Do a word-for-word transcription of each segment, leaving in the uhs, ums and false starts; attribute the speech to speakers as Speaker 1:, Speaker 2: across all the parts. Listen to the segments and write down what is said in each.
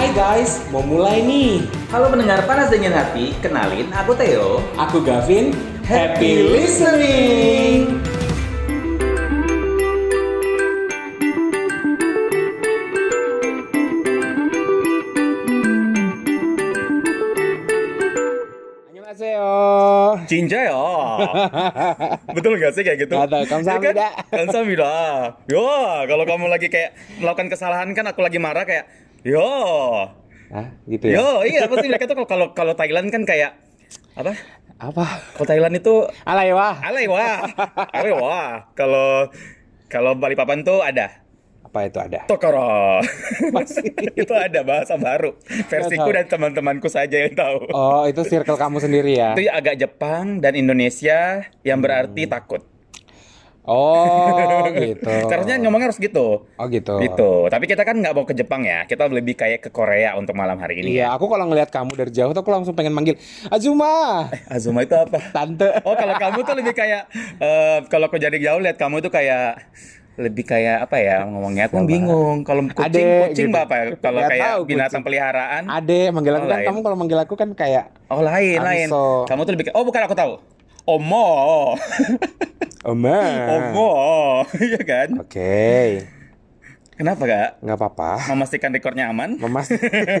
Speaker 1: Hai guys, mau mulai nih.
Speaker 2: Halo pendengar Panas Dingin Hati, kenalin aku Theo.
Speaker 1: Aku Gavin. Happy listening. Annyeonghaseyo.
Speaker 2: Cincayo. Betul gak sih kayak gitu?
Speaker 1: Gak tahu, kamsahamnida.
Speaker 2: Kamsahamnida. Yo, kalau kamu lagi kayak melakukan kesalahan kan aku lagi marah kayak yo.
Speaker 1: Hah, gitu ya?
Speaker 2: Yo, iya pasti mereka tuh kalau kalau Thailand kan kayak apa?
Speaker 1: Apa?
Speaker 2: Kalau Thailand itu
Speaker 1: Alay wah.
Speaker 2: alay wah. Alay wah. Kalau kalau Balikpapan tuh ada
Speaker 1: Apa itu ada?
Speaker 2: Tokoro. Itu ada bahasa baru. Versiku
Speaker 1: tahu.
Speaker 2: dan teman-temanku saja yang tahu.
Speaker 1: Oh, itu circle kamu sendiri ya?
Speaker 2: Itu agak Jepang dan Indonesia yang berarti takut.
Speaker 1: Oh, gitu.
Speaker 2: Seharusnya ngomongnya harus gitu.
Speaker 1: Oh, gitu.
Speaker 2: Gitu. Tapi kita kan nggak mau ke Jepang ya. Kita lebih kayak ke Korea untuk malam hari ini.
Speaker 1: Iya,
Speaker 2: Ya.
Speaker 1: aku kalau ngelihat kamu dari jauh tuh aku langsung pengen manggil Azuma,
Speaker 2: Azuma itu apa?
Speaker 1: tante.
Speaker 2: Oh, kalau kamu tuh lebih kayak eh, kalau aku jadi jauh lihat kamu tuh kayak lebih kayak apa ya ngomongnya? Aku bingung. Kalau kucing,
Speaker 1: Adek,
Speaker 2: kucing
Speaker 1: gitu.
Speaker 2: apa ya? Kalau
Speaker 1: Nggak
Speaker 2: kayak
Speaker 1: tahu,
Speaker 2: binatang
Speaker 1: kucing.
Speaker 2: peliharaan.
Speaker 1: Ade, manggil aku
Speaker 2: Oh,
Speaker 1: kan
Speaker 2: lain.
Speaker 1: kamu kalau manggil aku kan kayak
Speaker 2: Oh, lain, lain.
Speaker 1: Anso.
Speaker 2: Kamu tuh lebih kayak oh, bukan aku tahu. Omo.
Speaker 1: Oma.
Speaker 2: Omo. Iya kan?
Speaker 1: Oke,
Speaker 2: Kenapa, Kak?
Speaker 1: nggak apa-apa.
Speaker 2: Memastikan rekornya aman?
Speaker 1: Memas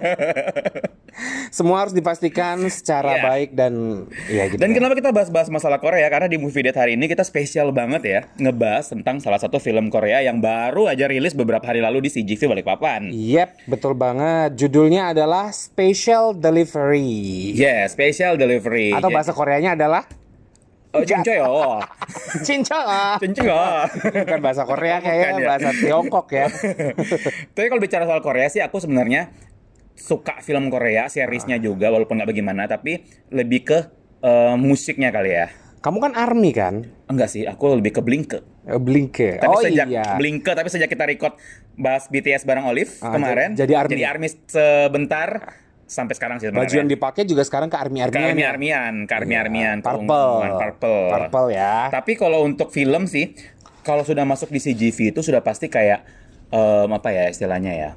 Speaker 1: Semua harus dipastikan secara
Speaker 2: Iya.
Speaker 1: baik dan ya gitu.
Speaker 2: Dan
Speaker 1: ya.
Speaker 2: kenapa kita bahas-bahas masalah Korea? Karena di Movie Date hari ini kita spesial banget ya ngebahas tentang salah satu film Korea yang baru aja rilis beberapa hari lalu di C G V Balikpapan.
Speaker 1: Yep, betul banget. Judulnya adalah Special Delivery.
Speaker 2: Yeah, Special Delivery.
Speaker 1: Atau bahasa Koreanya adalah
Speaker 2: Oh, Cincoyo.
Speaker 1: Cinca.
Speaker 2: Cincoyo.
Speaker 1: Bukan bahasa Korea
Speaker 2: Bukan
Speaker 1: kayaknya,
Speaker 2: ya?
Speaker 1: bahasa Tiongkok ya.
Speaker 2: Tapi kalau bicara soal Korea sih aku sebenarnya suka film Korea, seriesnya juga walaupun nggak bagaimana, tapi lebih ke eh, musiknya kali ya.
Speaker 1: Kamu kan ARMY kan?
Speaker 2: Enggak sih, aku lebih ke Blinke.
Speaker 1: Eh, Blinke.
Speaker 2: Tapi
Speaker 1: Oh
Speaker 2: sejak
Speaker 1: iya.
Speaker 2: Blinke, tapi sejak kita record bahas B T S bareng Olive
Speaker 1: Ah,
Speaker 2: kemarin,
Speaker 1: jadi- jadi ARMY.
Speaker 2: jadi ARMY sebentar sampai sekarang sih
Speaker 1: Baju
Speaker 2: sebenarnya.
Speaker 1: yang dipakai juga sekarang ke
Speaker 2: Ke
Speaker 1: ARMY-ARMY-an.
Speaker 2: army-armian, ke army-armian, ke
Speaker 1: Purple.
Speaker 2: unguan, purple.
Speaker 1: Purple ya.
Speaker 2: Tapi kalau untuk film sih, kalau sudah masuk di C G V itu sudah pasti kayak em, apa ya istilahnya ya,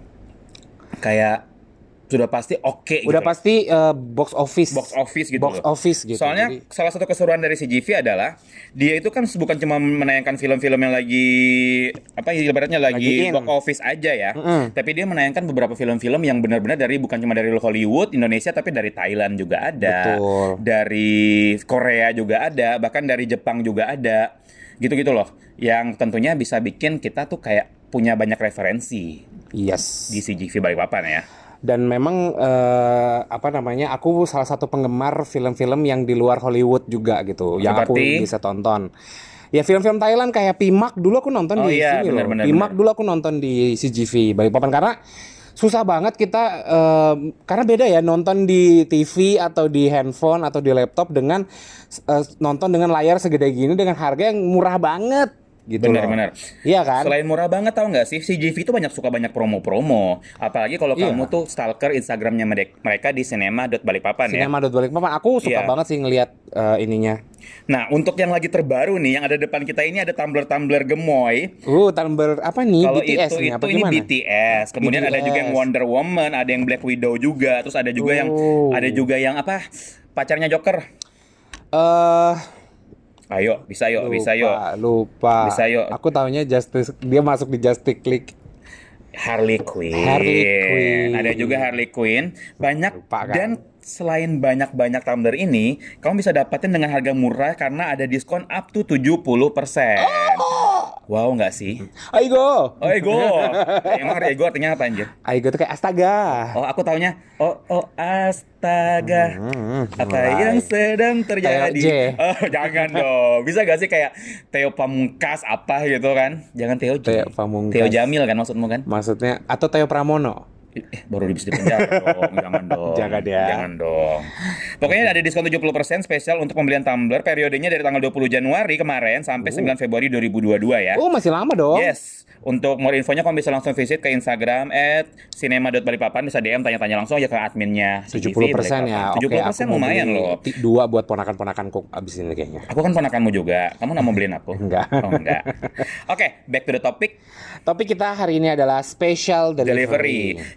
Speaker 2: kayak sudah pasti oke
Speaker 1: Udah
Speaker 2: gitu.
Speaker 1: pasti eh, box office.
Speaker 2: Box office gitu
Speaker 1: Box
Speaker 2: loh.
Speaker 1: office gitu.
Speaker 2: Soalnya
Speaker 1: Jadi-
Speaker 2: salah satu keseruan dari C G V adalah dia itu kan bukan cuma menayangkan film-film yang lagi apa ibaratnya
Speaker 1: Lagi in.
Speaker 2: lagi box office aja ya.
Speaker 1: Mm-mm.
Speaker 2: Tapi dia menayangkan beberapa film-film yang benar-benar dari bukan cuma dari Hollywood, Indonesia tapi dari Thailand juga ada.
Speaker 1: Betul.
Speaker 2: Dari Korea juga ada, bahkan dari Jepang juga ada. Gitu-gitu loh. Yang tentunya bisa bikin kita tuh kayak punya banyak referensi
Speaker 1: Yes.
Speaker 2: di C G V Balikpapan ya.
Speaker 1: Dan memang eh, apa namanya, aku salah satu penggemar film-film yang di luar Hollywood juga gitu, yang aku
Speaker 2: Seperti?
Speaker 1: bisa tonton. Ya film-film Thailand kayak Pimak dulu aku nonton
Speaker 2: Oh
Speaker 1: di
Speaker 2: iya,
Speaker 1: sini
Speaker 2: benar,
Speaker 1: loh.
Speaker 2: benar,
Speaker 1: Pimak
Speaker 2: benar.
Speaker 1: dulu aku nonton di C G V Balikpapan karena susah banget kita eh, karena beda ya nonton di T V atau di handphone atau di laptop dengan eh, nonton dengan layar segede gini dengan harga yang murah banget gitu loh.
Speaker 2: Benar-benar.
Speaker 1: Iya kan?
Speaker 2: Selain murah banget tau nggak sih, C G V itu banyak suka banyak promo-promo. Apalagi kalau
Speaker 1: Iya.
Speaker 2: kamu tuh stalker Instagramnya merek- mereka di cinema dot balikpapan ya.
Speaker 1: Sinema Balikpapan aku suka
Speaker 2: Iya.
Speaker 1: banget sih ngelihat eh, ininya.
Speaker 2: Nah, untuk yang lagi terbaru nih, yang ada depan kita ini ada tumbler-tumbler gemoy.
Speaker 1: Uh, Tumblr apa nih?
Speaker 2: Kalau
Speaker 1: B T S
Speaker 2: itu
Speaker 1: nih
Speaker 2: itu
Speaker 1: apa
Speaker 2: ini
Speaker 1: gimana?
Speaker 2: B T S. Kemudian ada juga yang
Speaker 1: B T S.
Speaker 2: Wonder Woman, ada yang Black Widow juga, terus ada juga yang
Speaker 1: Oh.
Speaker 2: ada juga yang apa? Pacarnya Joker.
Speaker 1: Eh,
Speaker 2: Ayo, bisa yuk, bisa yuk.
Speaker 1: lupa.
Speaker 2: Bisa yuk.
Speaker 1: Aku taunya Justice, dia masuk di Justice League.
Speaker 2: Harley Quinn.
Speaker 1: Harley Quinn.
Speaker 2: Ada juga Harley Quinn. Banyak
Speaker 1: Lupa kan?
Speaker 2: dan selain banyak-banyak tumbler ini, kamu bisa dapatin dengan harga murah karena ada diskon up to tujuh puluh persen. Wow, nggak sih?
Speaker 1: Aigo.
Speaker 2: Oh, ego. Emang ego artinya apa anjir?
Speaker 1: Aigo tuh kayak astaga.
Speaker 2: Oh, aku taunya oh oh astaga.
Speaker 1: Hmm,
Speaker 2: Apa
Speaker 1: mulai.
Speaker 2: yang sedang terjadi?
Speaker 1: Theo J.
Speaker 2: Oh, jangan dong. Bisa gak sih kayak Theo Pamungkas apa gitu kan? Jangan Theo J.
Speaker 1: Theo Pamungkas.
Speaker 2: Theo Jamil kan maksudmu kan?
Speaker 1: Maksudnya atau Theo Pramono.
Speaker 2: Eh, baru bisa di penjara dong, jangan dong.
Speaker 1: Jangan ya.
Speaker 2: Jangan dong. Pokoknya ada diskon tujuh puluh persen spesial untuk pembelian tumbler, periodenya dari tanggal dua puluh Januari kemarin sampai sembilan Februari dua ribu dua puluh dua ya.
Speaker 1: Oh, masih lama dong.
Speaker 2: Yes. Untuk more infonya kamu bisa langsung visit ke Instagram at cinema dot balikpapan, bisa D M tanya-tanya langsung aja ke adminnya.
Speaker 1: tujuh puluh persen ya.
Speaker 2: tujuh puluh persen
Speaker 1: Oke, aku mau
Speaker 2: lumayan
Speaker 1: beli
Speaker 2: loh.
Speaker 1: ti- Dua buat ponakan-ponakanku abis ini kayaknya.
Speaker 2: Aku kan ponakanmu juga. Kamu nggak mau beliin aku?
Speaker 1: Enggak.
Speaker 2: Oh, enggak. Oke, back to the topic.
Speaker 1: Topik kita hari ini adalah special delivery.
Speaker 2: Delivery.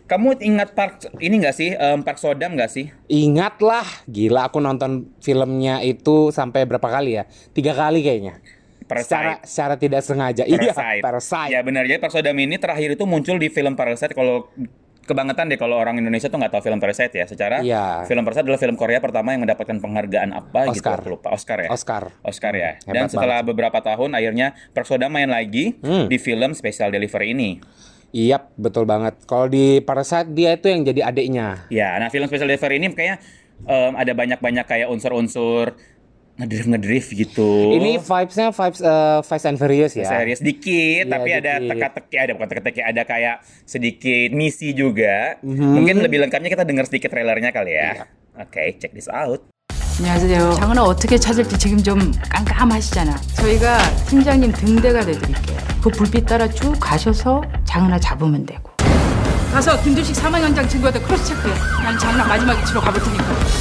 Speaker 2: Kamu ingat Park ini nggak sih, um, Park Sodam nggak sih?
Speaker 1: Ingat lah, gila aku nonton filmnya itu sampai berapa kali ya? Tiga kali kayaknya. Secara
Speaker 2: Parasite.
Speaker 1: secara tidak sengaja.
Speaker 2: Parasite.
Speaker 1: Iya, Parasite.
Speaker 2: Ya benar, jadi Park Sodam ini terakhir itu muncul di film Parasite. Kalau kebangetan deh kalau orang Indonesia tuh nggak tahu film Parasite ya. Secara
Speaker 1: Iya.
Speaker 2: film Parasite adalah film Korea pertama yang mendapatkan penghargaan apa
Speaker 1: Oscar.
Speaker 2: gitu, aku lupa. Oscar ya.
Speaker 1: Oscar.
Speaker 2: Oscar ya.
Speaker 1: Hebat
Speaker 2: Dan setelah
Speaker 1: banget.
Speaker 2: beberapa tahun akhirnya Park Sodam main lagi
Speaker 1: Hmm.
Speaker 2: di film Special Delivery ini.
Speaker 1: Iya, betul banget. Kalau di Parasite dia itu yang jadi adiknya.
Speaker 2: Ya, nah film Special Delivery ini kayaknya em, ada banyak-banyak kayak unsur-unsur ngedrift ngedrift gitu.
Speaker 1: Ini vibes-nya vibes eh, Fast and Furious ya.
Speaker 2: Serius dikit,
Speaker 1: Iya,
Speaker 2: tapi ada
Speaker 1: dikit.
Speaker 2: teka-teki, ada bukan teka-teki, ada kayak sedikit misi juga.
Speaker 1: Mhm.
Speaker 2: Mungkin lebih lengkapnya kita dengar sedikit trailernya kali ya.
Speaker 1: Iya.
Speaker 2: Oke, check this out.
Speaker 3: 안녕하세요. 장은아 어떻게 찾을지 지금 좀 깜깜하시잖아. 저희가 팀장님 등대가 돼드릴게요. 그 불빛 따라 쭉 가셔서 장은아 잡으면 되고. 가서 김두식 사망 현장 증거들 크로스 체크해. 난 장은아 마지막 위치로 가볼 테니까.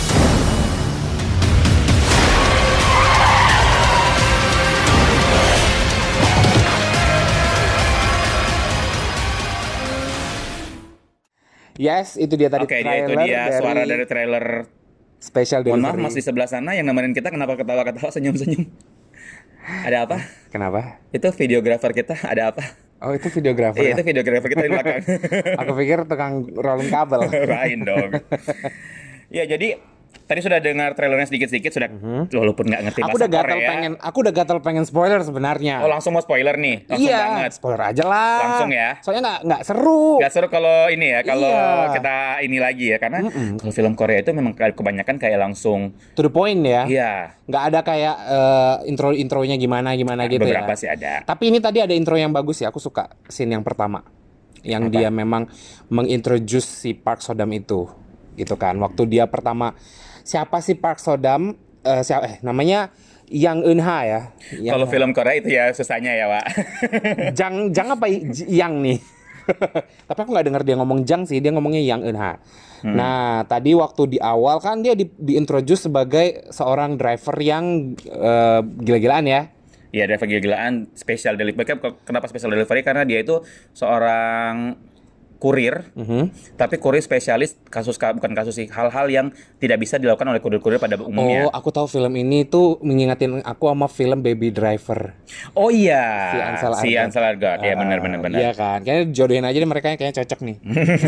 Speaker 1: Yes, itu dia tadi
Speaker 2: Oke, dia itu
Speaker 1: trailer
Speaker 2: dia suara dari trailer.
Speaker 1: Special
Speaker 2: Mohon maaf,
Speaker 1: Delivery.
Speaker 2: Mas di sebelah sana yang nemenin kita kenapa ketawa-ketawa senyum-senyum? Ada apa?
Speaker 1: Kenapa?
Speaker 2: Itu videografer kita, ada apa?
Speaker 1: Oh, itu videografer.
Speaker 2: Iya,
Speaker 1: ya?
Speaker 2: itu videografer kita di belakang.
Speaker 1: Aku pikir tukang rolling kabel.
Speaker 2: Lain dong. Ya, jadi tadi sudah dengar trailernya sedikit-sedikit, sudah walaupun nggak ngerti
Speaker 1: Aku
Speaker 2: bahasa
Speaker 1: udah gatal
Speaker 2: Korea.
Speaker 1: pengen, aku udah gatal pengen spoiler sebenarnya.
Speaker 2: Oh, langsung mau spoiler nih, langsung
Speaker 1: iya,
Speaker 2: banget.
Speaker 1: spoiler aja lah.
Speaker 2: Langsung ya.
Speaker 1: Soalnya nggak nggak seru.
Speaker 2: Gak seru kalau ini ya, kalau
Speaker 1: Iya.
Speaker 2: kita ini lagi ya, karena kalau film Korea itu memang kebanyakan kayak langsung,
Speaker 1: To the point ya.
Speaker 2: iya,
Speaker 1: Nggak ada kayak eh, intro intronya gimana gimana gitu ya.
Speaker 2: beberapa sih ada.
Speaker 1: Tapi ini tadi ada intro yang bagus ya. Aku suka scene yang pertama, yang
Speaker 2: Apa?
Speaker 1: dia memang mengintroduce si Park Sodam itu, gitu kan. Waktu dia pertama, siapa sih Park Sodam? Eh, siapa? Eh, namanya Yang Eun-ha ya. Yang-
Speaker 2: Kalau film Korea itu ya susahnya ya, Pak.
Speaker 1: Jang Jang apa J- Yang nih? Tapi aku nggak dengar dia ngomong Jang sih, dia ngomongnya Yang Eun-ha.
Speaker 2: Hmm.
Speaker 1: Nah, tadi waktu di awal kan dia di, diintroduce sebagai seorang driver yang eh, gila-gilaan ya.
Speaker 2: Iya, driver gila-gilaan special delivery. Kenapa special delivery? Karena dia itu seorang kurir,
Speaker 1: Mhm.
Speaker 2: tapi kurir spesialis kasus bukan kasus sih, hal-hal yang tidak bisa dilakukan oleh kurir-kurir pada umumnya.
Speaker 1: Oh, aku tahu film ini tuh mengingatin aku sama film Baby Driver.
Speaker 2: Oh iya,
Speaker 1: Si Ansel
Speaker 2: si
Speaker 1: Elgort.
Speaker 2: Ansel Elgort. Iya
Speaker 1: Ah,
Speaker 2: benar benar benar.
Speaker 1: Iya kan, kayaknya jodohin aja deh mereka yang kayaknya cocok nih.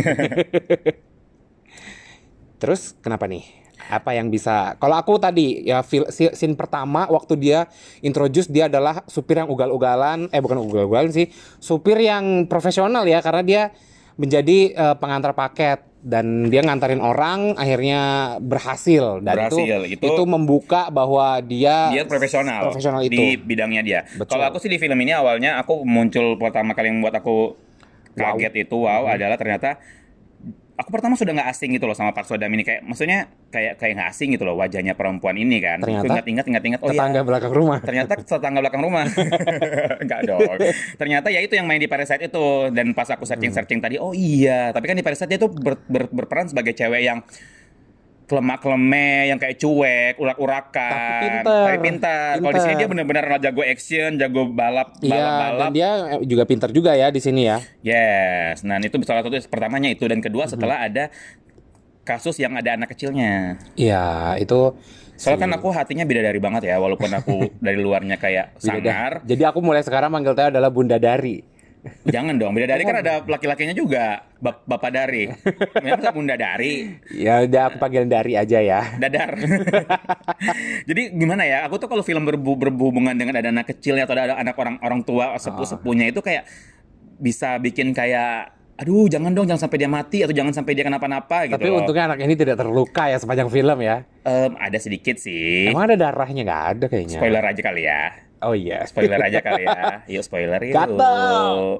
Speaker 1: Terus kenapa nih? Apa yang bisa? Kalau aku tadi ya fil- si- scene pertama waktu dia introduce dia adalah supir yang ugal-ugalan, eh bukan ugal-ugalan sih, supir yang profesional ya karena dia menjadi eh, pengantar paket dan dia ngantarin orang akhirnya berhasil dan
Speaker 2: Berhasil,
Speaker 1: itu,
Speaker 2: itu-
Speaker 1: itu membuka bahwa dia
Speaker 2: Dia profesional,
Speaker 1: profesional itu.
Speaker 2: di bidangnya dia.
Speaker 1: Betul.
Speaker 2: Kalau aku sih di film ini awalnya aku muncul pertama kali yang membuat aku kaget itu wow adalah ternyata aku pertama sudah nggak asing gitu loh sama Park Sodam ini, kayak maksudnya kayak kayak nggak asing gitu loh wajahnya perempuan ini kan.
Speaker 1: Ternyata
Speaker 2: Aku ingat-ingat ingat-ingat oh
Speaker 1: tetangga
Speaker 2: ya.
Speaker 1: belakang rumah.
Speaker 2: Ternyata tetangga belakang rumah. Enggak dong. Ternyata ya itu yang main di Parasite itu, dan pas aku searching-searching tadi oh iya, tapi kan di Parasite dia tuh ber- ber- berperan sebagai cewek yang kelemak-kelemeh, yang kayak cuek, urak-urakan.
Speaker 1: Tapi pinter.
Speaker 2: Tapi pintar. Kalau di sini
Speaker 1: Pinter.
Speaker 2: dia benar-benar jago action, jago balap,
Speaker 1: Iya, dan
Speaker 2: balap-balap.
Speaker 1: dia juga pintar juga ya di sini ya.
Speaker 2: Yes. Nah, itu salah satu pertamanya itu, dan kedua
Speaker 1: Mhm.
Speaker 2: setelah ada kasus yang ada anak kecilnya.
Speaker 1: Iya, itu
Speaker 2: Soalnya kan aku hatinya bidadari banget ya, walaupun aku dari luarnya kayak sangar.
Speaker 1: Jadi aku mulai sekarang manggil Teo adalah Bunda Dari.
Speaker 2: Jangan dong, bidadari kan ada laki-lakinya juga, bap bapak dari. Memang bunda dari,
Speaker 1: Ya udah aku panggil Dari aja ya.
Speaker 2: dadar. Jadi gimana ya? Aku tuh kalau film berbu berhubungan dengan ada anak kecilnya atau ada anak orang orang tua sepuh-sepuhnya itu kayak bisa bikin kayak aduh jangan dong, jangan sampai dia mati atau jangan sampai dia kenapa-napa gitu
Speaker 1: Tapi
Speaker 2: loh.
Speaker 1: untungnya anak ini tidak terluka ya sepanjang film ya.
Speaker 2: Em, ada sedikit sih.
Speaker 1: Emang ada darahnya nggak ada kayaknya.
Speaker 2: Spoiler aja kali ya.
Speaker 1: Oh iya.
Speaker 2: Spoiler aja kali ya. Yuk spoiler yuk.
Speaker 1: Gatel.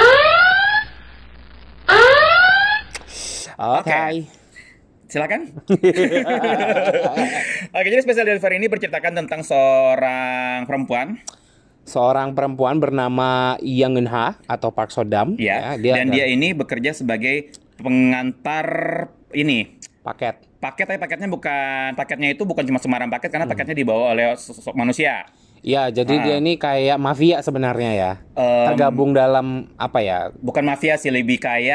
Speaker 1: Oke.
Speaker 2: Oke. Silakan. Oke, jadi Special Delivery ini berceritakan tentang seorang perempuan,
Speaker 1: Seorang perempuan bernama Yang Eun-ha atau Park Sodam.
Speaker 2: ya,
Speaker 1: dia
Speaker 2: dan
Speaker 1: ada
Speaker 2: dia ini bekerja sebagai pengantar ini
Speaker 1: paket.
Speaker 2: paket, tapi paketnya bukan paketnya itu bukan cuma sembarang paket karena
Speaker 1: Hmm.
Speaker 2: paketnya dibawa oleh sosok manusia.
Speaker 1: Iya, jadi
Speaker 2: Ah.
Speaker 1: dia ini kayak mafia sebenarnya ya.
Speaker 2: Em,
Speaker 1: Tergabung dalam apa ya?
Speaker 2: Bukan mafia sih, lebih kayak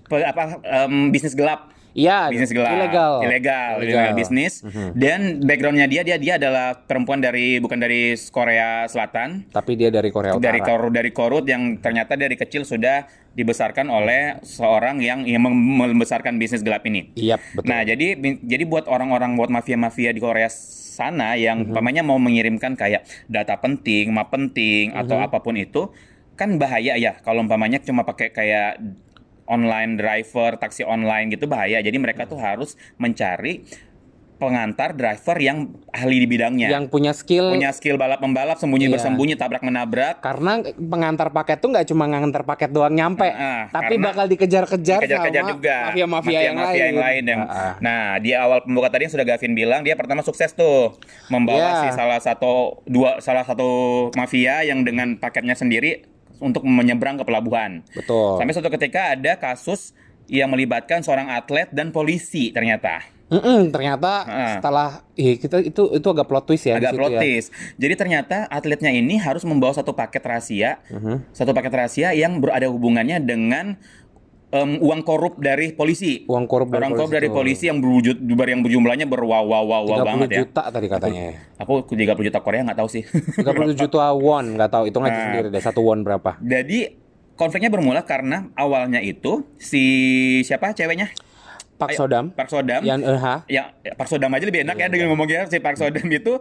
Speaker 2: pe- apa em, bisnis gelap.
Speaker 1: Iya,
Speaker 2: Bisnis gelap,
Speaker 1: ilegal.
Speaker 2: ilegal,
Speaker 1: Ilegal.
Speaker 2: ilegal bisnis. Dan backgroundnya dia, dia dia adalah perempuan dari bukan dari Korea Selatan,
Speaker 1: Tapi dia dari Korea Utara.
Speaker 2: dari Korut dari Korut yang ternyata dari kecil sudah dibesarkan oleh seorang yang yang mem- membesarkan bisnis gelap ini.
Speaker 1: Iya, betul.
Speaker 2: Nah, jadi bi- jadi buat orang-orang buat mafia-mafia di Korea sana yang
Speaker 1: Mhm.
Speaker 2: umpamanya mau mengirimkan kayak data penting, map penting atau
Speaker 1: Mhm.
Speaker 2: apapun itu kan bahaya ya kalau umpamanya cuma pakai kayak online driver, taksi online gitu bahaya. Jadi mereka tuh harus mencari pengantar driver yang ahli di bidangnya.
Speaker 1: Yang punya skill.
Speaker 2: Punya skill balap membalap, sembunyi
Speaker 1: Iya.
Speaker 2: bersembunyi, tabrak menabrak.
Speaker 1: Karena pengantar paket tuh nggak cuma ngantar paket doang nyampe,
Speaker 2: Nah,
Speaker 1: tapi
Speaker 2: karena
Speaker 1: bakal dikejar-kejar
Speaker 2: Dikejar-kejar
Speaker 1: sama
Speaker 2: juga
Speaker 1: mafia-mafia yang,
Speaker 2: mafia yang lain yang
Speaker 1: Ah, ah.
Speaker 2: nah di awal pembuka tadi yang sudah Gavin bilang dia pertama sukses tuh membawa
Speaker 1: Yeah.
Speaker 2: si salah satu dua salah satu mafia yang dengan paketnya sendiri untuk menyeberang ke pelabuhan.
Speaker 1: Betul.
Speaker 2: Sampai suatu ketika ada kasus yang melibatkan seorang atlet dan polisi ternyata.
Speaker 1: Mm-mm, ternyata
Speaker 2: Ah.
Speaker 1: setelah ih, kita itu itu agak plot twist ya di
Speaker 2: Agak
Speaker 1: situ
Speaker 2: plot
Speaker 1: ya.
Speaker 2: twist. Jadi ternyata atletnya ini harus membawa satu paket rahasia,
Speaker 1: Mhm.
Speaker 2: satu paket rahasia yang berada hubungannya dengan em, uang korup dari polisi.
Speaker 1: Uang korup dari
Speaker 2: Orang korup
Speaker 1: polisi
Speaker 2: dari
Speaker 1: tuh.
Speaker 2: polisi yang berwujud yang berjumlahnya berwaw wow wow wow
Speaker 1: tiga puluh
Speaker 2: banget ya.
Speaker 1: juta tadi katanya.
Speaker 2: Aku tiga puluh juta Korea nggak tahu sih.
Speaker 1: tiga puluh juta won, nggak tahu hitung aja
Speaker 2: Nah.
Speaker 1: sendiri deh satu won berapa.
Speaker 2: Jadi konfliknya bermula karena awalnya itu si siapa ceweknya?
Speaker 1: Pak
Speaker 2: Ayo,
Speaker 1: Sodam,
Speaker 2: Park Sodam.
Speaker 1: Yan Eha,
Speaker 2: Ya, Park Sodam aja lebih enak ya
Speaker 1: Iya,
Speaker 2: dengan ngomongnya si Park Sodam itu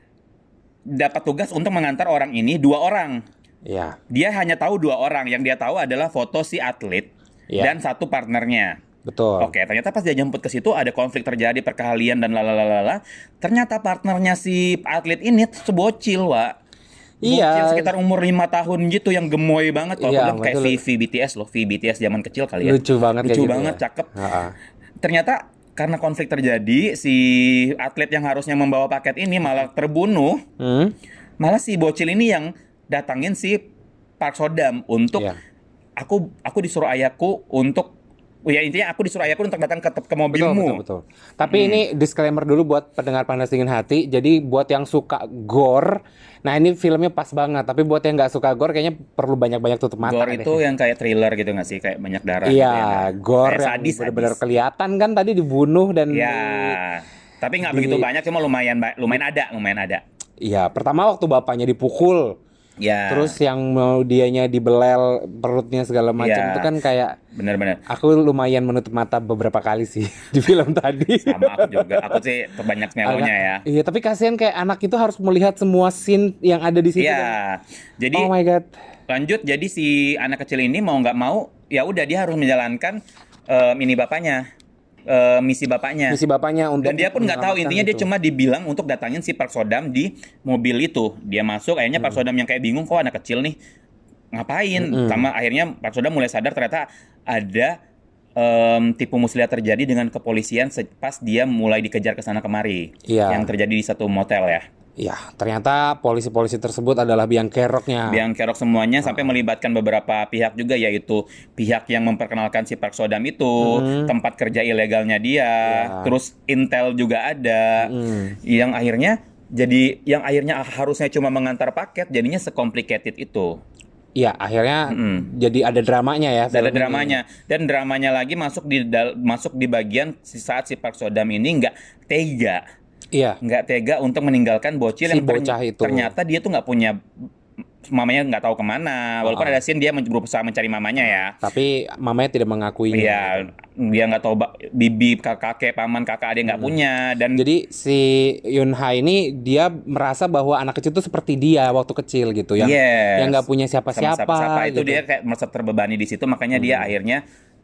Speaker 2: dapat tugas untuk mengantar orang ini dua orang.
Speaker 1: ya,
Speaker 2: Dia hanya tahu dua orang, yang dia tahu adalah foto si atlet
Speaker 1: Iya.
Speaker 2: dan satu partnernya.
Speaker 1: betul.
Speaker 2: Oke, ternyata pas dia jemput ke situ ada konflik terjadi, perkelahian dan lalalala. Ternyata partnernya si atlet ini sebocil, Wak.
Speaker 1: Iya.
Speaker 2: Bocil sekitar umur lima tahun gitu yang gemoy banget. Kalau
Speaker 1: Iya,
Speaker 2: belum kayak
Speaker 1: betul.
Speaker 2: V V B T S loh, V B T S zaman kecil kali ya.
Speaker 1: Lucu banget kayak
Speaker 2: Lucu
Speaker 1: gitu
Speaker 2: banget,
Speaker 1: ya.
Speaker 2: cakep.
Speaker 1: Ha-ha.
Speaker 2: Ternyata karena konflik terjadi, si atlet yang harusnya membawa paket ini malah terbunuh.
Speaker 1: Hmm?
Speaker 2: Malah si bocil ini yang datangin si Park Sodam untuk
Speaker 1: Iya.
Speaker 2: aku aku disuruh ayahku untuk ya intinya aku disuruh ayahku untuk datang ke ke
Speaker 1: Betul,
Speaker 2: mobilmu.
Speaker 1: betul, betul. Tapi ini disclaimer dulu buat pendengar Panas Dingin Hati. Jadi buat yang suka gore, nah ini filmnya pas banget. Tapi buat yang nggak suka gore, kayaknya perlu banyak-banyak tutup mata.
Speaker 2: Gore
Speaker 1: deh.
Speaker 2: itu yang kayak thriller gitu nggak sih, kayak banyak darah
Speaker 1: Iya,
Speaker 2: gitu ya.
Speaker 1: gore
Speaker 2: Kayak
Speaker 1: yang
Speaker 2: sadis,
Speaker 1: benar-benar
Speaker 2: sadis.
Speaker 1: kelihatan kan tadi dibunuh dan
Speaker 2: Ya. Tapi nggak
Speaker 1: di-
Speaker 2: begitu banyak, cuma lumayan ba- lumayan ada, lumayan ada.
Speaker 1: Iya, pertama waktu bapaknya dipukul,
Speaker 2: Ya.
Speaker 1: terus yang mau dianya dibelel perutnya segala macam
Speaker 2: Iya.
Speaker 1: itu kan kayak
Speaker 2: benar-benar
Speaker 1: aku lumayan menutup mata beberapa kali sih di film tadi.
Speaker 2: sama aku juga. Aku sih banyak melonya
Speaker 1: Anak-
Speaker 2: ya.
Speaker 1: Iya, tapi kasihan kayak anak itu harus melihat semua scene yang ada di situ. kan.
Speaker 2: Iya. Jadi
Speaker 1: Oh my god.
Speaker 2: lanjut, jadi si anak kecil ini mau nggak mau ya udah dia harus menjalankan em, ini bapaknya, em, misi bapaknya.
Speaker 1: Misi bapaknya untuk
Speaker 2: Dan dia pun nggak tahu,
Speaker 1: menyelamatkan
Speaker 2: intinya dia
Speaker 1: itu.
Speaker 2: cuma dibilang untuk datangin si Park Sodam di mobil itu. Dia masuk, akhirnya
Speaker 1: Hmm.
Speaker 2: Park Sodam yang kayak bingung, kok anak kecil nih ngapain? Sama akhirnya Park Sodam mulai sadar ternyata ada em, tipu muslihat terjadi dengan kepolisian se- pas dia mulai dikejar ke sana kemari.
Speaker 1: Iya.
Speaker 2: Yang terjadi di satu motel ya.
Speaker 1: Iya, ternyata polisi-polisi tersebut adalah biang keroknya.
Speaker 2: Biang kerok semuanya sampai melibatkan beberapa pihak juga, yaitu pihak yang memperkenalkan si Park Sodam itu, tempat kerja ilegalnya dia,
Speaker 1: Iya.
Speaker 2: terus intel juga ada,
Speaker 1: Hmm.
Speaker 2: yang akhirnya jadi yang akhirnya harusnya cuma mengantar paket jadinya secomplicated itu.
Speaker 1: Iya, akhirnya
Speaker 2: Mm-mm.
Speaker 1: jadi ada dramanya ya.
Speaker 2: Ada
Speaker 1: film ini.
Speaker 2: dramanya, dan dramanya lagi masuk di dal- masuk di bagian si saat si Park Sodam ini nggak tega.
Speaker 1: Iya.
Speaker 2: nggak tega untuk meninggalkan bocil
Speaker 1: Si
Speaker 2: yang terny-
Speaker 1: bocah itu.
Speaker 2: ternyata dia tuh nggak punya mamanya, nggak tahu kemana, walaupun
Speaker 1: Ah.
Speaker 2: ada scene dia men- berusaha mencari mamanya ya.
Speaker 1: Tapi mamanya tidak mengakuinya.
Speaker 2: Iya, dia nggak tahu ba- bibi kakak kakek paman kakak dia nggak punya, dan
Speaker 1: Jadi si Yun Ha ini dia merasa bahwa anak kecil itu seperti dia waktu kecil gitu, yang
Speaker 2: Yes.
Speaker 1: yang nggak punya
Speaker 2: sama
Speaker 1: siapa-siapa.
Speaker 2: siapa itu
Speaker 1: gitu. Hmm.
Speaker 2: dia kayak merasa terbebani di situ, makanya dia akhirnya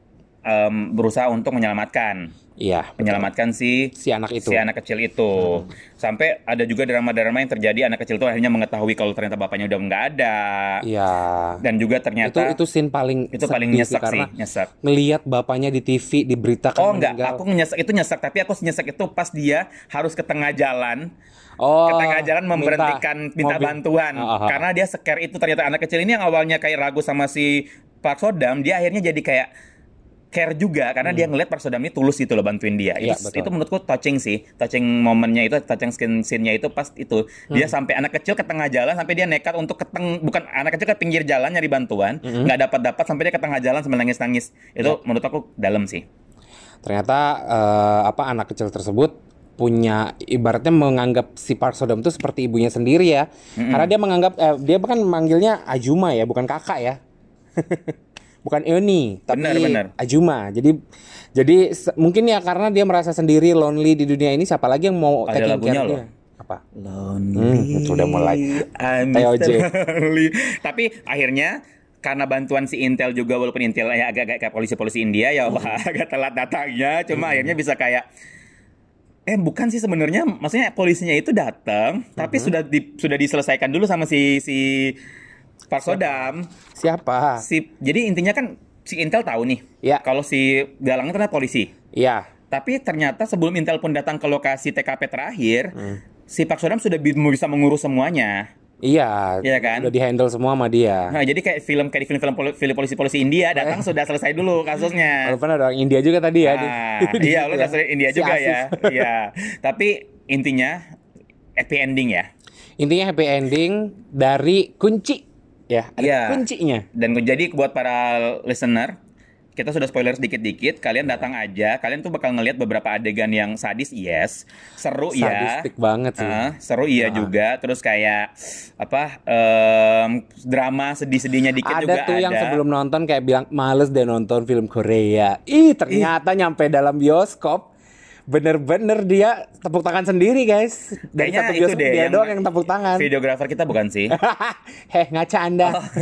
Speaker 2: em, berusaha untuk menyelamatkan
Speaker 1: Iya. betul.
Speaker 2: menyelamatkan si
Speaker 1: Si anak itu.
Speaker 2: si anak kecil itu. Sampai ada juga drama-drama yang terjadi, anak kecil itu akhirnya mengetahui kalau ternyata bapaknya udah nggak ada.
Speaker 1: Iya.
Speaker 2: Dan juga
Speaker 1: Itu
Speaker 2: ternyata
Speaker 1: itu scene paling
Speaker 2: itu paling
Speaker 1: sedih
Speaker 2: nyesek sih,
Speaker 1: karena
Speaker 2: nyesek.
Speaker 1: ngelihat bapaknya di T V diberitakan
Speaker 2: Oh enggak,
Speaker 1: meninggal.
Speaker 2: aku nyesek itu nyesek, tapi aku nyesek itu pas dia harus ke tengah jalan,
Speaker 1: oh,
Speaker 2: ke tengah jalan memberhentikan minta,
Speaker 1: mobil.
Speaker 2: bantuan,
Speaker 1: Ah, ah, ah.
Speaker 2: karena dia scare itu ternyata anak kecil ini yang awalnya kayak ragu sama si Park Sodam, dia akhirnya jadi kayak care juga karena hmm. dia ngeliat Park Seo-dam ini tulus gitu loh bantuin dia.
Speaker 1: Iya,
Speaker 2: itu,
Speaker 1: betul.
Speaker 2: itu menurutku touching sih, touching momennya itu, touching scene scene-nya itu pas itu hmm. dia sampai anak kecil ke tengah jalan sampai dia nekat untuk ke teng bukan anak kecil ke pinggir jalan nyari bantuan, nggak hmm. dapat dapat sampai dia ke tengah jalan sambil nangis nangis. Itu ya. Menurut aku dalam sih.
Speaker 1: Ternyata uh, apa anak kecil tersebut punya ibaratnya menganggap si Park Seo-dam itu seperti ibunya sendiri ya, hmm. karena dia menganggap eh, dia bahkan manggilnya Ajuma ya, bukan kakak ya. Bukan Euni, tapi
Speaker 2: benar, benar.
Speaker 1: Ajuma. Jadi jadi se- mungkin ya karena dia merasa sendiri, lonely di dunia ini, siapa lagi yang mau
Speaker 2: ada
Speaker 1: taking
Speaker 2: lagunya
Speaker 1: care
Speaker 2: loh.
Speaker 1: dia? Apa?
Speaker 2: Lonely.
Speaker 1: Hmm, sudah mulai.
Speaker 2: I'm
Speaker 1: T O J.
Speaker 2: lonely. Tapi akhirnya karena bantuan si Intel juga, walaupun Intel ya agak-agak kayak polisi-polisi India ya, hmm. agak telat datangnya, cuma hmm. akhirnya bisa kayak eh bukan sih sebenarnya, maksudnya polisinya itu datang, hmm. tapi sudah di, sudah diselesaikan dulu sama si si Park Seo-dam.
Speaker 1: Siapa?
Speaker 2: Si, jadi intinya kan si Intel tahu nih.
Speaker 1: Ya.
Speaker 2: Kalau si Galang itu kan polisi.
Speaker 1: Iya.
Speaker 2: Tapi ternyata sebelum Intel pun datang ke lokasi T K P terakhir, hmm. si Park Seo-dam sudah bi- bisa mengurus semuanya.
Speaker 1: Iya.
Speaker 2: Iya kan?
Speaker 1: Udah di-handle semua sama dia.
Speaker 2: Nah, jadi kayak film kayak di film-film poli- film polisi-polisi India datang sudah selesai dulu kasusnya.
Speaker 1: Walaupun ada orang India juga tadi ya.
Speaker 2: Nah, iya, lo dari India
Speaker 1: Si
Speaker 2: juga
Speaker 1: Asif.
Speaker 2: ya. Iya. Tapi intinya happy ending ya.
Speaker 1: Intinya happy ending dari kunci. Ya, ada
Speaker 2: ya.
Speaker 1: kuncinya.
Speaker 2: Dan jadi buat para listener, kita sudah spoiler sedikit-dikit, kalian datang aja, kalian tuh bakal ngelihat beberapa adegan yang sadis, yes, seru ya.
Speaker 1: Sadistik banget sih.
Speaker 2: Uh, seru iya
Speaker 1: nah.
Speaker 2: juga, terus kayak apa um, drama sedih-sedihnya dikit
Speaker 1: ada
Speaker 2: juga
Speaker 1: tuh
Speaker 2: ada.
Speaker 1: yang sebelum nonton kayak bilang males deh nonton film Korea. Ih, ternyata Ih. nyampe dalam bioskop bener-bener dia tepuk tangan sendiri guys. Dari
Speaker 2: kayaknya
Speaker 1: satu
Speaker 2: itu deh
Speaker 1: dia
Speaker 2: yang
Speaker 1: doang yang tepuk tangan.
Speaker 2: Videografer kita bukan sih?
Speaker 1: Heh, ngaca anda.
Speaker 2: Oh.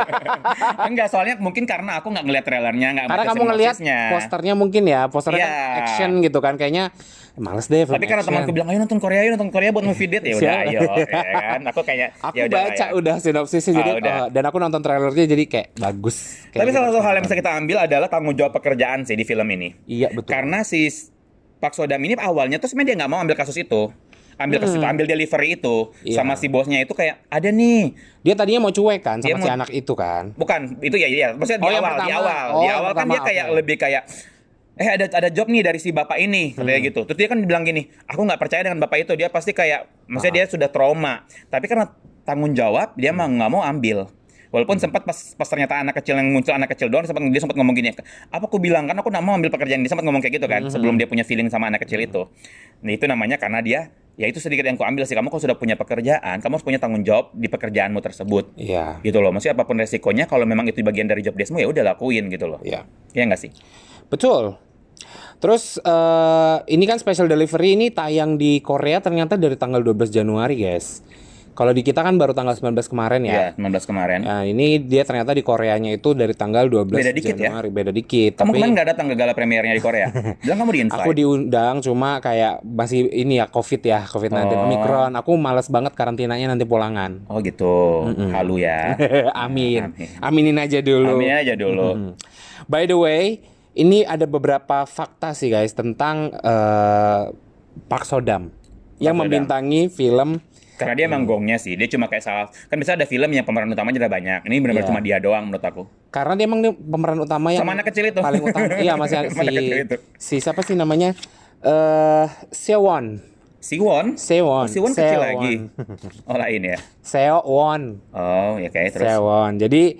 Speaker 2: Enggak, soalnya mungkin karena aku nggak ngeliat trailernya, nggak
Speaker 1: karena kamu ngeliat posternya mungkin ya, posternya
Speaker 2: yeah.
Speaker 1: kan action gitu kan, kayaknya males deh film
Speaker 2: tapi karena
Speaker 1: action.
Speaker 2: Temanku bilang ayo nonton Korea, ayo nonton Korea buat movie date, ya udah ayo ya kan. Aku kayak
Speaker 1: aku
Speaker 2: ya
Speaker 1: baca
Speaker 2: ya.
Speaker 1: udah sinopsisnya jadi
Speaker 2: oh, udah.
Speaker 1: Oh, dan aku nonton trailernya jadi kayak bagus. Kayak
Speaker 2: tapi
Speaker 1: gitu.
Speaker 2: salah satu hal yang bisa kita ambil adalah tanggung jawab pekerjaan sih di film ini.
Speaker 1: Iya betul.
Speaker 2: Karena si Park Seo-dam ini awalnya tuh sebenarnya dia nggak mau ambil kasus itu, ambil kasus
Speaker 1: hmm.
Speaker 2: itu, ambil delivery itu,
Speaker 1: yeah.
Speaker 2: sama si bosnya itu kayak ada nih.
Speaker 1: Dia tadinya mau cuek kan sama
Speaker 2: dia
Speaker 1: si
Speaker 2: mau,
Speaker 1: anak itu kan?
Speaker 2: Bukan, itu ya iya. Maksudnya
Speaker 1: oh,
Speaker 2: di, awal,
Speaker 1: pertama,
Speaker 2: di awal,
Speaker 1: oh,
Speaker 2: di awal kan dia kayak
Speaker 1: okay.
Speaker 2: lebih kayak eh ada ada job nih dari si bapak ini katanya hmm. gitu. Terus dia kan bilang gini, aku nggak percaya dengan bapak itu, dia pasti kayak, maksudnya ah. dia sudah trauma. Tapi karena tanggung jawab dia mah nggak mau ambil. Walaupun sempat pas pas ternyata anak kecil yang muncul anak kecil doang, sempat dia sempat ngomong gini, apa aku bilang kan aku nggak mau ambil pekerjaan, dia sempat ngomong kayak gitu kan mm-hmm. sebelum dia punya feeling sama anak kecil itu. Nah itu namanya karena dia ya itu sedikit yang ku ambil sih, kamu kalau sudah punya pekerjaan, kamu harus punya tanggung jawab di pekerjaanmu tersebut.
Speaker 1: Iya.
Speaker 2: Yeah. Gitu loh, maksudnya apapun resikonya, kalau memang itu bagian dari job deskmu ya udah lakuin gitu loh.
Speaker 1: Iya.
Speaker 2: Yeah. Iya nggak sih?
Speaker 1: Betul. Terus uh, ini kan special delivery ini tayang di Korea ternyata dari tanggal dua belas Januari guys. Kalau di kita kan baru tanggal sembilan belas kemarin ya.
Speaker 2: Iya, sembilan belas kemarin.
Speaker 1: Nah, ini dia ternyata di Koreanya itu dari tanggal dua belas
Speaker 2: beda dikit
Speaker 1: Januari.
Speaker 2: Ya?
Speaker 1: Beda dikit.
Speaker 2: Kamu
Speaker 1: tapi
Speaker 2: kemarin nggak datang ke gala premiernya di Korea? Bilang kamu di-invite.
Speaker 1: Aku diundang, cuma kayak masih ini ya COVID ya, covid sembilan belas
Speaker 2: oh.
Speaker 1: Omicron. Aku malas banget karantinanya nanti pulangan.
Speaker 2: Oh gitu.
Speaker 1: Mm-mm.
Speaker 2: Halu ya.
Speaker 1: Amin.
Speaker 2: Amin.
Speaker 1: Aminin aja dulu.
Speaker 2: Aminin aja dulu.
Speaker 1: Mm-hmm. By the way, ini ada beberapa fakta sih guys tentang uh, Park Seo-dam yang membintangi film.
Speaker 2: Karena dia emang gongnya sih, dia cuma kayak salah. Kan bisa ada film yang pemeran utamanya udah banyak. Ini benar-benar yeah. cuma dia doang menurut aku.
Speaker 1: Karena dia emang dia pemeran utama yang
Speaker 2: sama anak kecil itu.
Speaker 1: Paling utama. Iya masih si si siapa sih namanya? Eh uh, Sewon.
Speaker 2: Siwon?
Speaker 1: Sewon.
Speaker 2: Oh, Siwon kecil lagi. Oh lain ya.
Speaker 1: Sewon.
Speaker 2: Oh ya kayak terus.
Speaker 1: Sewon. Jadi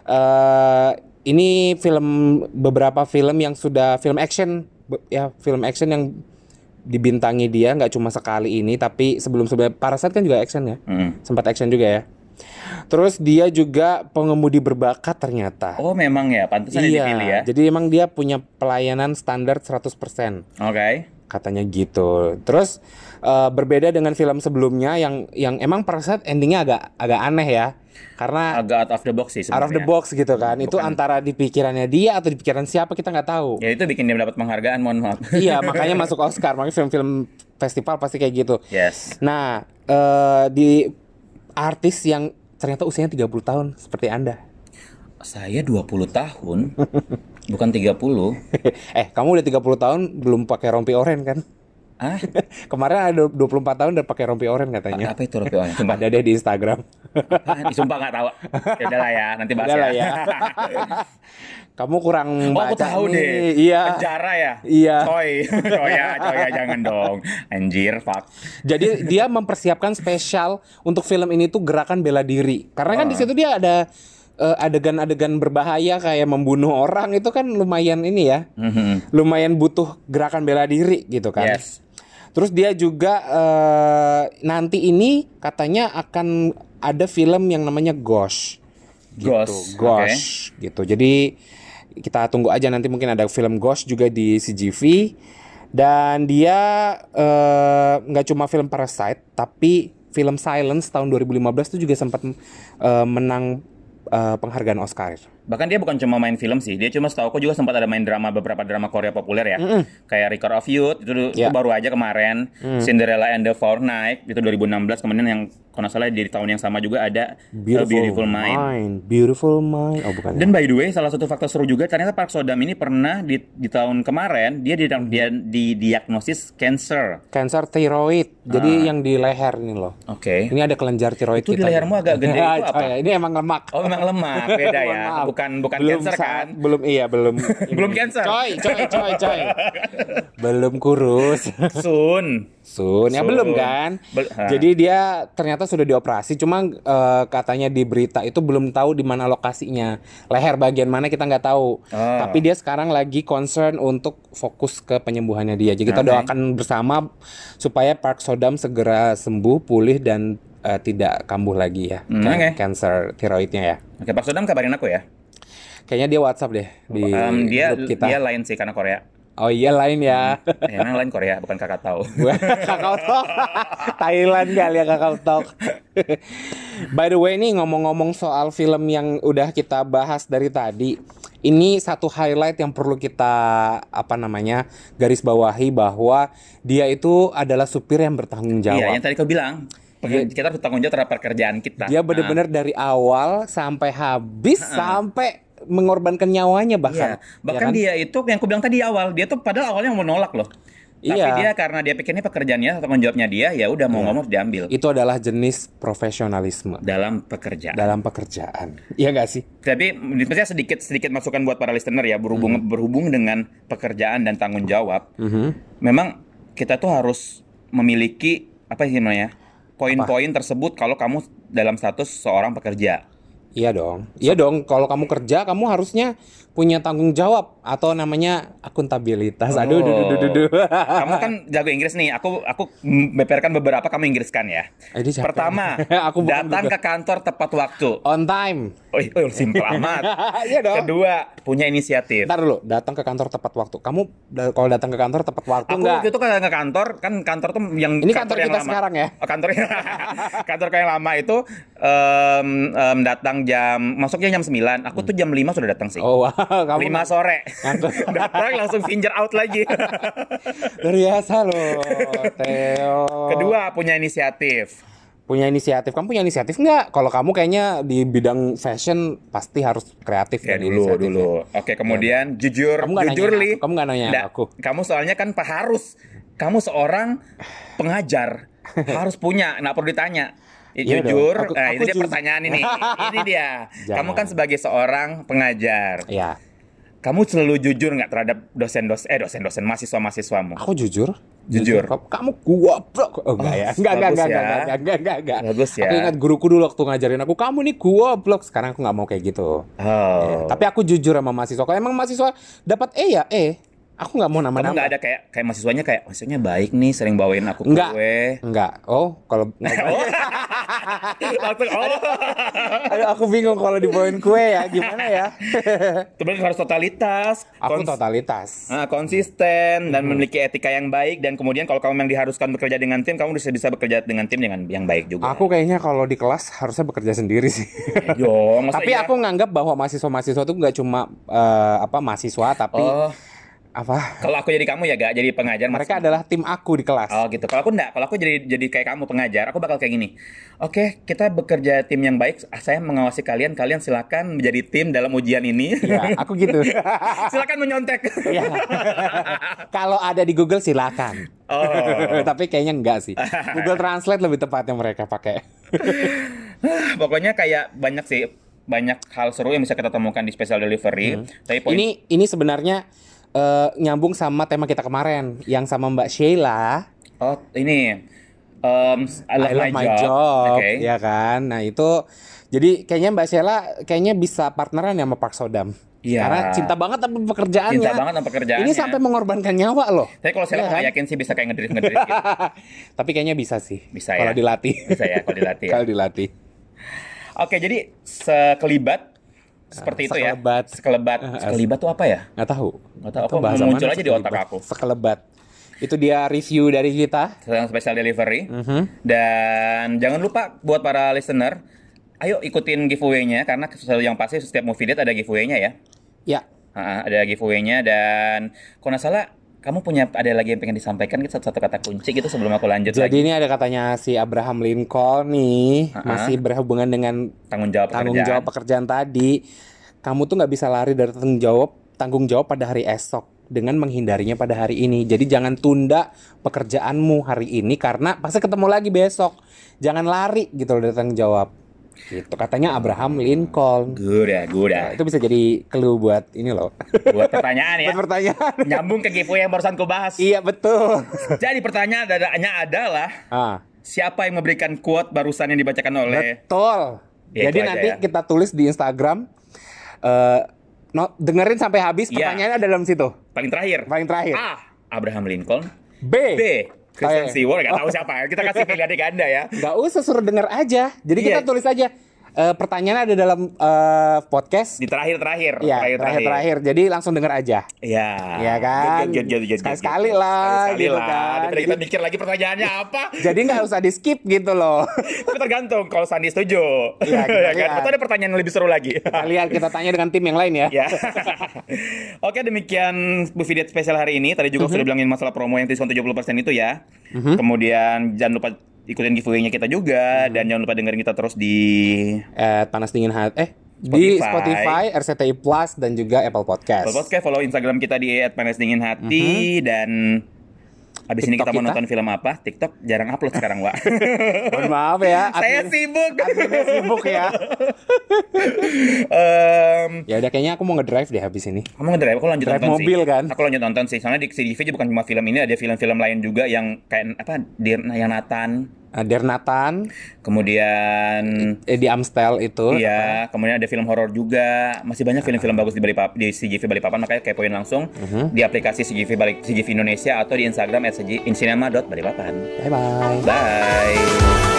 Speaker 1: uh, ini film beberapa film yang sudah film action ya film action yang dibintangi dia nggak cuma sekali ini, tapi sebelum-sebelumnya Parasite kan juga action ya, hmm. sempat action juga ya. Terus dia juga pengemudi berbakat ternyata.
Speaker 2: Oh memang ya, pantesan
Speaker 1: iya,
Speaker 2: dipilih ya.
Speaker 1: Jadi emang dia punya pelayanan standar seratus persen.
Speaker 2: Oke. Okay.
Speaker 1: Katanya gitu. Terus uh, berbeda dengan film sebelumnya yang yang emang Parasite endingnya agak agak aneh ya. Karena
Speaker 2: agak out of the box sih sebenarnya.
Speaker 1: Out of the box gitu kan.
Speaker 2: Bukan.
Speaker 1: Itu antara di pikirannya dia atau di pikiran siapa kita nggak tahu.
Speaker 2: Ya itu bikin dia mendapat penghargaan, mohon maaf.
Speaker 1: Iya, makanya masuk Oscar. Makanya film-film festival pasti kayak gitu.
Speaker 2: Yes.
Speaker 1: Nah, uh, di artis yang ternyata usianya tiga puluh tahun seperti Anda.
Speaker 2: Saya dua puluh tahun. Bukan tiga puluh.
Speaker 1: Eh, kamu udah tiga puluh tahun belum pakai rompi oren kan?
Speaker 2: Ah,
Speaker 1: Kemarin ada dua puluh empat tahun udah pakai rompi oranye katanya.
Speaker 2: apa itu rompi oranye? Sumpah,
Speaker 1: Ada deh di Instagram.
Speaker 2: apaan? Sumpah nggak tahu. Ya udahlah ya, nanti bahas
Speaker 1: Udah lah
Speaker 2: ya.
Speaker 1: ya. Kamu kurang
Speaker 2: Oh, aku
Speaker 1: baca
Speaker 2: tahu
Speaker 1: nih.
Speaker 2: deh.
Speaker 1: Iya.
Speaker 2: Penjara ya?
Speaker 1: Iya.
Speaker 2: Coy. Coy ya, coy ya, jangan dong. Anjir, fuck.
Speaker 1: Jadi dia mempersiapkan spesial untuk film ini tuh gerakan bela diri. Karena kan
Speaker 2: Oh.
Speaker 1: di situ dia ada eh, adegan-adegan berbahaya kayak membunuh orang, itu kan lumayan ini ya.
Speaker 2: Mhm.
Speaker 1: Lumayan butuh gerakan bela diri gitu kan.
Speaker 2: Yes.
Speaker 1: Terus dia juga eh, nanti ini katanya akan ada film yang namanya Ghost.
Speaker 2: Ghost,
Speaker 1: Gitu. Ghost gitu. Jadi kita tunggu aja nanti mungkin ada film Ghost juga di C G V. Dan dia eh, nggak cuma film Parasite, tapi film Silence tahun dua ribu lima belas itu juga sempat eh, menang eh, penghargaan Oscar.
Speaker 2: Bahkan dia bukan cuma main film sih, dia cuma setahu aku juga sempat ada main drama, beberapa drama Korea populer ya. Kayak Record of Youth, itu, itu
Speaker 1: Yeah.
Speaker 2: baru aja kemarin. Cinderella and the Four Knights, itu dua ribu enam belas. Kemudian yang kalau nggak salah di tahun yang sama juga ada A Beautiful Mind.
Speaker 1: Beautiful Mind. Oh bukan.
Speaker 2: Dan by the way, salah satu faktor seru juga, ternyata Park Seo-dam ini pernah di, di tahun kemarin, dia, di, dia didiagnosis cancer.
Speaker 1: Cancer thyroid. Jadi yang di leher ini loh.
Speaker 2: Oke.
Speaker 1: Ini ada kelenjar tiroid
Speaker 2: Itu di
Speaker 1: kita.
Speaker 2: lehermu agak gede, itu apa?
Speaker 1: Oh, ya, ini emang lemak.
Speaker 2: Oh, memang lemak, beda ya.
Speaker 1: Maaf.
Speaker 2: Bukan bukan
Speaker 1: Belum
Speaker 2: cancer
Speaker 1: sa-
Speaker 2: kan?
Speaker 1: Belum iya, belum.
Speaker 2: Belum cancer.
Speaker 1: Coy, coy, coy, coy. Belum kurus.
Speaker 2: Sun.
Speaker 1: Sun, ya
Speaker 2: Sun.
Speaker 1: belum kan?
Speaker 2: Bel- ha.
Speaker 1: Jadi dia ternyata sudah dioperasi, cuma eh, katanya di berita itu belum tahu di mana lokasinya, leher bagian mana kita nggak tahu.
Speaker 2: Oh.
Speaker 1: Tapi dia sekarang lagi concern untuk fokus ke penyembuhannya dia. Jadi kita
Speaker 2: Oke.
Speaker 1: doakan bersama supaya Park Seo-dam segera sembuh, pulih dan eh, tidak kambuh lagi ya,
Speaker 2: Hmm,
Speaker 1: kan-
Speaker 2: oke.
Speaker 1: cancer tiroidnya ya.
Speaker 2: Oke, Park Seo-dam kabarin aku ya.
Speaker 1: Kayaknya dia WhatsApp deh di
Speaker 2: Em, dia
Speaker 1: grup kita.
Speaker 2: dia lain sih karena Korea.
Speaker 1: Oh iya lain ya.
Speaker 2: Ya, emang lain Korea, bukan Kakak tahu.
Speaker 1: Kakao Talk. Thailand kali ya Kakao Talk. By the way nih ngomong-ngomong soal film yang udah kita bahas dari tadi, ini satu highlight yang perlu kita apa namanya garis bawahi bahwa dia itu adalah supir yang bertanggung
Speaker 2: Iya,
Speaker 1: jawab.
Speaker 2: yang tadi kau bilang. Peker- Kita harus bertanggung jawab terhadap pekerjaan kita.
Speaker 1: Dia benar-benar dari awal sampai habis sampai mengorbankan nyawanya
Speaker 2: Iya,
Speaker 1: bahkan.
Speaker 2: bahkan
Speaker 1: Ya kan?
Speaker 2: dia itu yang aku bilang tadi awal, dia tuh padahal awalnya mau nolak loh. Tapi
Speaker 1: Iya.
Speaker 2: dia karena dia pikirnya pekerjaannya atau tanggung jawabnya dia, ya udah mau ngomong harus diambil
Speaker 1: Itu adalah jenis profesionalisme
Speaker 2: dalam pekerjaan.
Speaker 1: dalam pekerjaan. Iya gak sih?
Speaker 2: Tapi maksudnya sedikit sedikit masukan buat para listener ya, berhubung
Speaker 1: Hmm.
Speaker 2: berhubung dengan pekerjaan dan tanggung jawab. Memang kita tuh harus memiliki apa sih namanya? Poin-poin tersebut kalau kamu dalam status seorang pekerja.
Speaker 1: Iya dong. Iya dong. Kalau kamu kerja, kamu harusnya punya tanggung jawab atau namanya akuntabilitas. Aduh, duh, duh, duh, duh, duh.
Speaker 2: Kamu kan jago Inggris nih. Aku aku beberkan beberapa kamu Inggriskan ya.
Speaker 1: Eh, dia capek.
Speaker 2: Pertama,
Speaker 1: Aku bukan
Speaker 2: datang
Speaker 1: juga.
Speaker 2: ke kantor tepat waktu.
Speaker 1: On time.
Speaker 2: Oh, oh simpel amat.
Speaker 1: Iya dong.
Speaker 2: Kedua, punya inisiatif.
Speaker 1: Ntar dulu, datang ke kantor tepat waktu. Kamu da- kalau datang ke kantor tepat waktu
Speaker 2: Aku
Speaker 1: enggak?
Speaker 2: waktu itu kan ke kantor, kan kantor tuh yang
Speaker 1: Ini kantor
Speaker 2: yang
Speaker 1: kita
Speaker 2: lama.
Speaker 1: sekarang ya?
Speaker 2: Oh, kantor kantor yang lama itu em, em, datang jam masuknya jam sembilan. Aku tuh jam lima sudah datang sih.
Speaker 1: Oh, wow. Kamu
Speaker 2: lima sore.
Speaker 1: Ngantuk.
Speaker 2: Datang langsung finger out lagi.
Speaker 1: luar biasa loh, Theo.
Speaker 2: Kedua, punya inisiatif.
Speaker 1: Punya inisiatif. Kamu punya inisiatif nggak? Kalau kamu kayaknya di bidang fashion pasti harus kreatif
Speaker 2: Ya
Speaker 1: dan
Speaker 2: dulu
Speaker 1: inisiatif
Speaker 2: dulu. Oke, kemudian jujur,
Speaker 1: Kamu nggak
Speaker 2: jujur
Speaker 1: nanya
Speaker 2: Li.
Speaker 1: aku, kamu nggak nanya
Speaker 2: Nggak,
Speaker 1: aku.
Speaker 2: Kamu soalnya kan pa- harus kamu seorang pengajar harus punya, nggak perlu ditanya. I-
Speaker 1: Iya
Speaker 2: jujur,
Speaker 1: dong. Aku-
Speaker 2: nah
Speaker 1: aku
Speaker 2: ini dia
Speaker 1: jujur.
Speaker 2: pertanyaan ini. Ini dia.
Speaker 1: Jangan.
Speaker 2: Kamu kan sebagai seorang pengajar,
Speaker 1: Ya,
Speaker 2: kamu selalu jujur nggak terhadap dosen-dosen, eh dosen-dosen, mahasiswa-mahasiswamu?
Speaker 1: aku jujur.
Speaker 2: Jujur.
Speaker 1: Kamu, kamu goblok. Oh, enggak ya. Enggak, enggak,
Speaker 2: bagus
Speaker 1: enggak,
Speaker 2: ya.
Speaker 1: enggak, enggak, enggak, enggak, enggak.
Speaker 2: Bagus ya.
Speaker 1: Aku ingat guruku dulu waktu ngajarin aku, kamu nih goblok. Sekarang aku nggak mau kayak gitu.
Speaker 2: Oh.
Speaker 1: Ya, tapi aku jujur sama mahasiswa. Kalau emang mahasiswa dapat E ya E. Aku nggak mau
Speaker 2: Kamu
Speaker 1: nama-nama.
Speaker 2: nggak ada kayak kayak mahasiswanya kayak mahasiswanya baik nih, sering bawain aku
Speaker 1: Enggak.
Speaker 2: kue.
Speaker 1: Enggak. Oh, kalau
Speaker 2: Oh. Langsung oh.
Speaker 1: Aduh, aku bingung kalau dibawain kue ya. Gimana ya?
Speaker 2: Sebenarnya harus totalitas.
Speaker 1: Aku
Speaker 2: Kons-
Speaker 1: totalitas.
Speaker 2: Nah, konsisten dan memiliki etika yang baik, dan kemudian kalau kamu memang diharuskan bekerja dengan tim, kamu bisa bisa bekerja dengan tim dengan yang baik juga.
Speaker 1: Aku kayaknya kalau di kelas harusnya bekerja sendiri sih.
Speaker 2: Yo, masa
Speaker 1: Tapi
Speaker 2: iya?
Speaker 1: aku nganggap bahwa mahasiswa-mahasiswa itu nggak cuma eh, apa mahasiswa, tapi
Speaker 2: Oh.
Speaker 1: Apa?
Speaker 2: Kalau aku jadi kamu ya gak jadi pengajar.
Speaker 1: Mereka
Speaker 2: mas-
Speaker 1: adalah tim aku di kelas.
Speaker 2: Oh gitu. Kalau aku enggak, kalau aku jadi jadi kayak kamu pengajar, aku bakal kayak gini. Oke, kita bekerja tim yang baik. Saya mengawasi kalian. Kalian silakan menjadi tim dalam ujian ini.
Speaker 1: Ya, aku gitu.
Speaker 2: Silakan menyontek.
Speaker 1: Ya. Kalau ada di Google silakan.
Speaker 2: Oh.
Speaker 1: Tapi kayaknya enggak sih. Google Translate lebih tepatnya mereka pakai.
Speaker 2: Pokoknya kayak banyak sih, banyak hal seru yang bisa kita temukan di special delivery. Tapi poin
Speaker 1: Ini ini sebenarnya eh, nyambung sama tema kita kemarin yang sama Mbak Sheila.
Speaker 2: oh ini um, I love,
Speaker 1: I love
Speaker 2: my,
Speaker 1: my
Speaker 2: job.
Speaker 1: job,
Speaker 2: Oke.
Speaker 1: ya kan. Nah itu jadi kayaknya Mbak Sheila kayaknya bisa partneran ya sama Park Sodam.
Speaker 2: Iya.
Speaker 1: Karena cinta banget sama pekerjaannya.
Speaker 2: Cinta banget sama pekerjaannya.
Speaker 1: Ini sampai mengorbankan nyawa loh.
Speaker 2: Tapi kalau saya
Speaker 1: Iya
Speaker 2: nggak
Speaker 1: kan?
Speaker 2: yakin sih bisa kayak ngedrift ngedrift gitu.
Speaker 1: Tapi kayaknya bisa sih.
Speaker 2: Bisa
Speaker 1: kalau
Speaker 2: ya?
Speaker 1: dilatih.
Speaker 2: Bisa ya kalau dilatih ya.
Speaker 1: Kalau dilatih.
Speaker 2: Oke, jadi sekelibat seperti itu ya.
Speaker 1: sekelebat.
Speaker 2: Sekelebat. Sekelibat tuh apa ya?
Speaker 1: Nggak tahu.
Speaker 2: Nggak tahu.
Speaker 1: Itu
Speaker 2: Aku
Speaker 1: bahasa
Speaker 2: muncul
Speaker 1: mana
Speaker 2: aja di otak
Speaker 1: sekelebat?
Speaker 2: aku.
Speaker 1: Sekelebat. Itu dia review dari kita.
Speaker 2: Tentang special delivery.
Speaker 1: Mhm.
Speaker 2: Dan jangan lupa buat para listener, ayo ikutin giveaway-nya karena yang pasti setiap movie date ada giveaway-nya ya.
Speaker 1: Ya.
Speaker 2: Ah, ada giveaway-nya dan kalau nggak salah kamu punya ada lagi yang pengen disampaikan gitu satu, satu kata kunci gitu sebelum aku lanjut
Speaker 1: Jadi
Speaker 2: lagi.
Speaker 1: ini ada katanya si Abraham Lincoln nih
Speaker 2: Uh-uh.
Speaker 1: masih berhubungan dengan
Speaker 2: Tanggung jawab
Speaker 1: tanggung
Speaker 2: pekerjaan.
Speaker 1: jawab pekerjaan tadi. Kamu tuh nggak bisa lari dari tanggung jawab tanggung jawab pada hari esok dengan menghindarinya pada hari ini. Jadi jangan tunda pekerjaanmu hari ini karena pasti ketemu lagi besok. Jangan lari gitu loh dari tanggung jawab. Gitu katanya Abraham Lincoln.
Speaker 2: Guda, guda.
Speaker 1: Nah, itu bisa jadi clue buat ini loh.
Speaker 2: Buat pertanyaan ya.
Speaker 1: Buat pertanyaan.
Speaker 2: Nyambung ke giveaway yang barusan ku bahas.
Speaker 1: Iya betul.
Speaker 2: Jadi pertanyaannya adalah
Speaker 1: Ah,
Speaker 2: siapa yang memberikan quote barusan yang dibacakan oleh
Speaker 1: betul.
Speaker 2: Ya,
Speaker 1: Jadi
Speaker 2: itu aja
Speaker 1: nanti
Speaker 2: ya.
Speaker 1: kita tulis di Instagram. eh no, dengerin sampai habis.
Speaker 2: Iya.
Speaker 1: Pertanyaannya ada dalam situ.
Speaker 2: paling terakhir.
Speaker 1: Paling terakhir.
Speaker 2: A. Abraham Lincoln.
Speaker 1: B.
Speaker 2: B. Christian
Speaker 1: Kayak-
Speaker 2: Stewart. Gak tahu siapa. Kita kasih pilihan ganda ya.
Speaker 1: Nggak usah suruh denger aja. Jadi kita
Speaker 2: Iya.
Speaker 1: tulis aja. Eh, pertanyaan ada dalam eh, podcast.
Speaker 2: Di terakhir-terakhir.
Speaker 1: Ya, terakhir-terakhir. Jadi langsung denger aja.
Speaker 2: Iya.
Speaker 1: Iya kan?
Speaker 2: Good, good, good, good, good,
Speaker 1: Sekali-sekali
Speaker 2: good.
Speaker 1: lah,
Speaker 2: Sekali-sekali
Speaker 1: gitu
Speaker 2: lah.
Speaker 1: kan.
Speaker 2: Daripada kita
Speaker 1: Jadi-
Speaker 2: mikir lagi pertanyaannya apa.
Speaker 1: Jadi nggak usah di skip gitu loh.
Speaker 2: Tapi tergantung kalau Sandi setuju.
Speaker 1: Iya, kita
Speaker 2: Ya kan?
Speaker 1: lihat.
Speaker 2: Atau ada pertanyaan yang lebih seru lagi.
Speaker 1: Kita lihat, kita tanya dengan tim yang lain ya.
Speaker 2: Ya. Oke, demikian Movie Date spesial hari ini. Tadi juga sudah bilangin masalah promo yang diskon tujuh puluh persen itu ya. Kemudian jangan lupa ikutin giveaway-nya kita juga dan jangan lupa dengerin kita terus di
Speaker 1: Eh, panas dingin hati. Eh, di
Speaker 2: Spotify.
Speaker 1: Spotify, R C T I Plus dan juga Apple Podcast.
Speaker 2: Apple Podcast, follow Instagram kita di et panas dingin hati dan abis ini
Speaker 1: TikTok
Speaker 2: kita mau
Speaker 1: kita?
Speaker 2: nonton film apa? TikTok jarang upload sekarang, Wak.
Speaker 1: Mohon maaf ya.
Speaker 2: Saya
Speaker 1: admin-
Speaker 2: sibuk.
Speaker 1: adminnya sibuk ya.
Speaker 2: Em,
Speaker 1: Ya udah kayaknya aku mau ngedrive deh habis ini.
Speaker 2: Kamu ngedrive, aku lanjut
Speaker 1: Drive
Speaker 2: nonton
Speaker 1: mobil,
Speaker 2: sih.
Speaker 1: kan?
Speaker 2: Aku lanjut nonton sih. Soalnya di C D V juga bukan cuma film ini, ada film-film lain juga yang kayak apa? Dir, yang Nathan.
Speaker 1: Uh, Dernatan
Speaker 2: Kemudian
Speaker 1: eh, di Amstel itu.
Speaker 2: iya, kemudian ada film horor juga. Masih banyak film-film bagus di Balipap di C G V Balikpapan, makanya kepoin langsung di aplikasi C G V Balik C G V Indonesia atau di Instagram at incinema dot balikpapan.
Speaker 1: Bye bye.
Speaker 2: Bye.